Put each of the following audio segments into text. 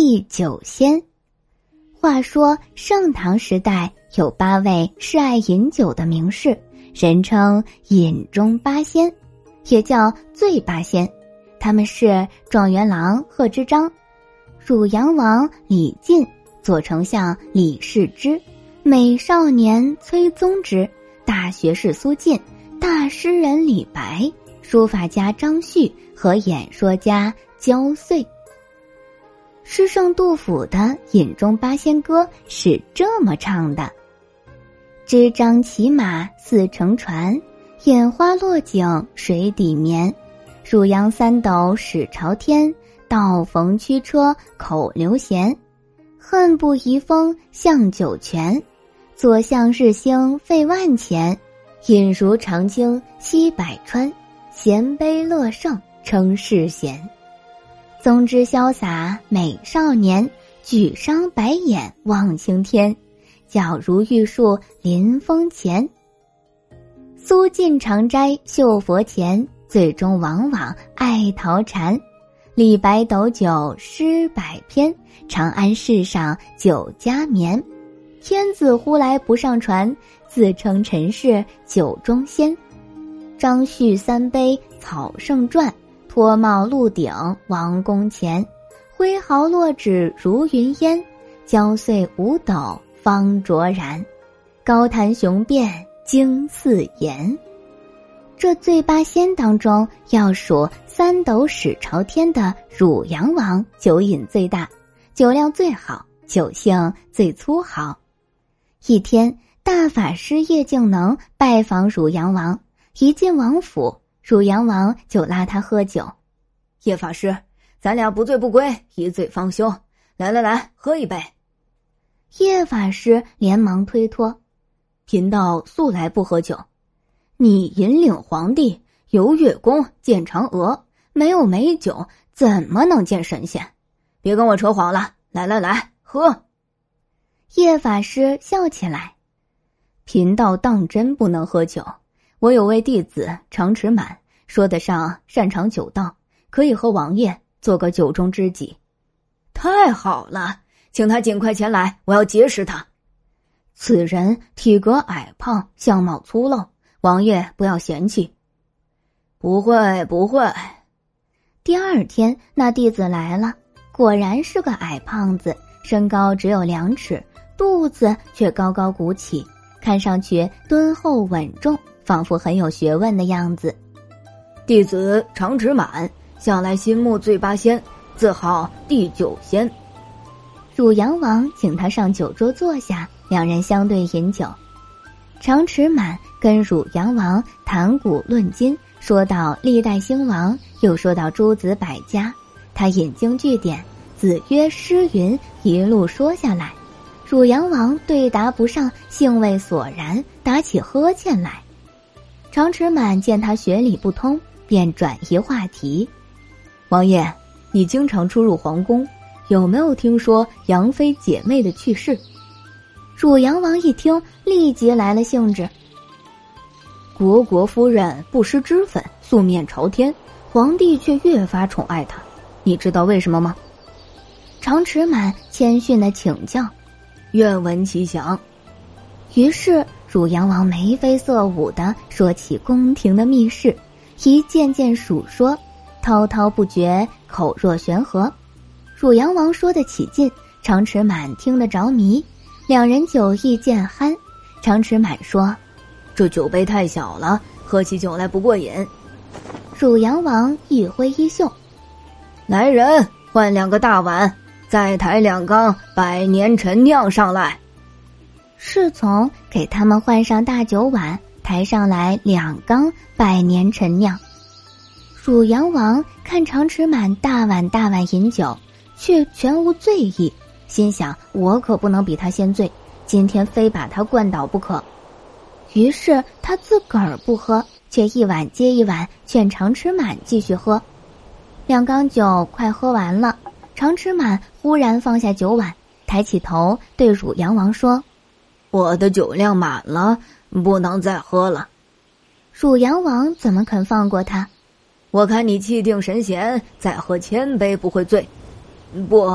第9仙。话说盛唐时代有8位嗜爱饮酒的名士，人称饮中8仙，也叫醉8仙。他们是状元郎贺知章、汝阳王李进、左丞相李世之、美少年崔宗植、大学士苏晋、大诗人李白、书法家张旭和演说家焦遂。诗圣杜甫的《饮中8仙歌》是这么唱的：知章骑马似乘船，眼花落井水底眠。汝阳3斗始朝天，道逢驱车口流涎。恨不移风向酒泉，左向日星费万钱。饮如长鲸吸百川，衔杯乐圣称世贤。宗之潇洒美少年，举觞白眼望青天。皎如玉树临风前，苏晋常斋绣佛前。最终往往爱陶禅，李白斗酒诗百篇。长安市上酒家眠，天子呼来不上船，自称臣是酒中仙。张旭3杯草圣传，脱帽鹿顶王宫前。挥毫落纸如云烟，焦遂5斗方卓然。高谈雄辩惊四言。这醉8仙当中，要数3斗始朝天的汝阳王酒瘾最大，酒量最好，酒性最粗豪。一天，大法师叶敬能拜访汝阳王，一进王府，汝阳王就拉他喝酒。 叶法师，咱俩不醉不归，一醉方休。来，喝一杯。 叶法师连忙推脱， 贫道素来不喝酒。你引领皇帝游月宫见嫦娥，没有美酒怎么能见神仙？别跟我扯谎了，来，喝。 叶法师笑起来， 贫道当真不能喝酒。我有位弟子常持满，说得上擅长酒道，可以和王爷做个酒中知己。太好了，请他尽快前来，我要结识他。此人体格矮胖，相貌粗陋，王爷不要嫌弃。不会。 第2天，那弟子来了，果然是个矮胖子，身高只有2尺，肚子却高高鼓起，看上去敦厚稳重，仿佛很有学问的样子。 弟子常持满，向来心目醉8仙，自号第9仙。 汝阳王请他上酒桌坐下，两人相对饮酒。常持满跟汝阳王谈古论今，说到历代兴亡，又说到诸子百家，他引经据典，子曰诗云一路说下来。汝阳王对答不上，兴味索然，打起呵欠来。常持满见他学理不通，便转移话题。 王爷，你经常出入皇宫，有没有听说杨妃姐妹的趣事？ 汝阳王一听，立即来了兴致。 国夫人不施脂粉，素面朝天，皇帝却越发宠爱她，你知道为什么吗？ 常持满谦逊地请教。 愿闻其详。 于是汝阳王眉飞色舞地说起宫廷的秘事，一件件数说，滔滔不绝，口若悬河。汝阳王说得起劲，常持满听得着迷，两人酒意渐酣。常持满说， 这酒杯太小了，喝起酒来不过瘾。 汝阳王一挥衣袖， 来人，换2个大碗，再抬2缸百年陈酿上来。 侍从给他们换上大酒碗，抬上来2缸百年陈酿。汝阳王看常持满大碗大碗饮酒，却全无醉意，心想我可不能比他先醉，今天非把他灌倒不可。于是他自个儿不喝，却一碗接一碗劝常持满继续喝。2缸酒快喝完了，常持满忽然放下酒碗，抬起头对汝阳王说， 我的酒量满了，不能再喝了。 汝阳王怎么肯放过他？ 我看你气定神闲，再喝1000杯不会醉。不，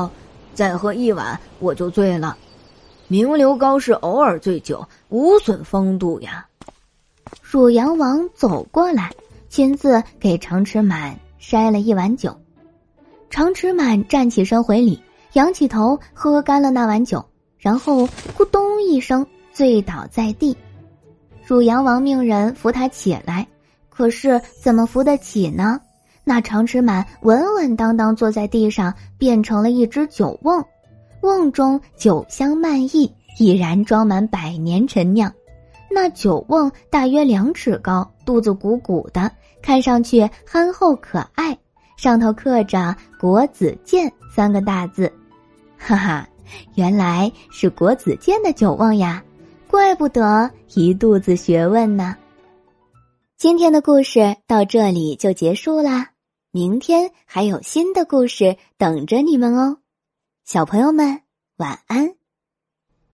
再喝一碗我就醉了。名流高士偶尔醉酒，无损风度呀。 汝阳王走过来，亲自给常迟满筛了一碗酒。常迟满站起身回礼，仰起头喝干了那碗酒，然后咕咚一声醉倒在地。汝阳王命人扶他起来，可是怎么扶得起呢？那常迟满稳稳当当坐在地上，变成了一只酒瓮，瓮中酒香漫溢，已然装满100年陈酿。那酒瓮大约2尺高，肚子鼓鼓的，看上去憨厚可爱，上头刻着国子监3个大字。哈哈，原来是国子监的酒瓮呀，怪不得一肚子学问呢。今天的故事到这里就结束啦，明天还有新的故事等着你们哦。小朋友们，晚安。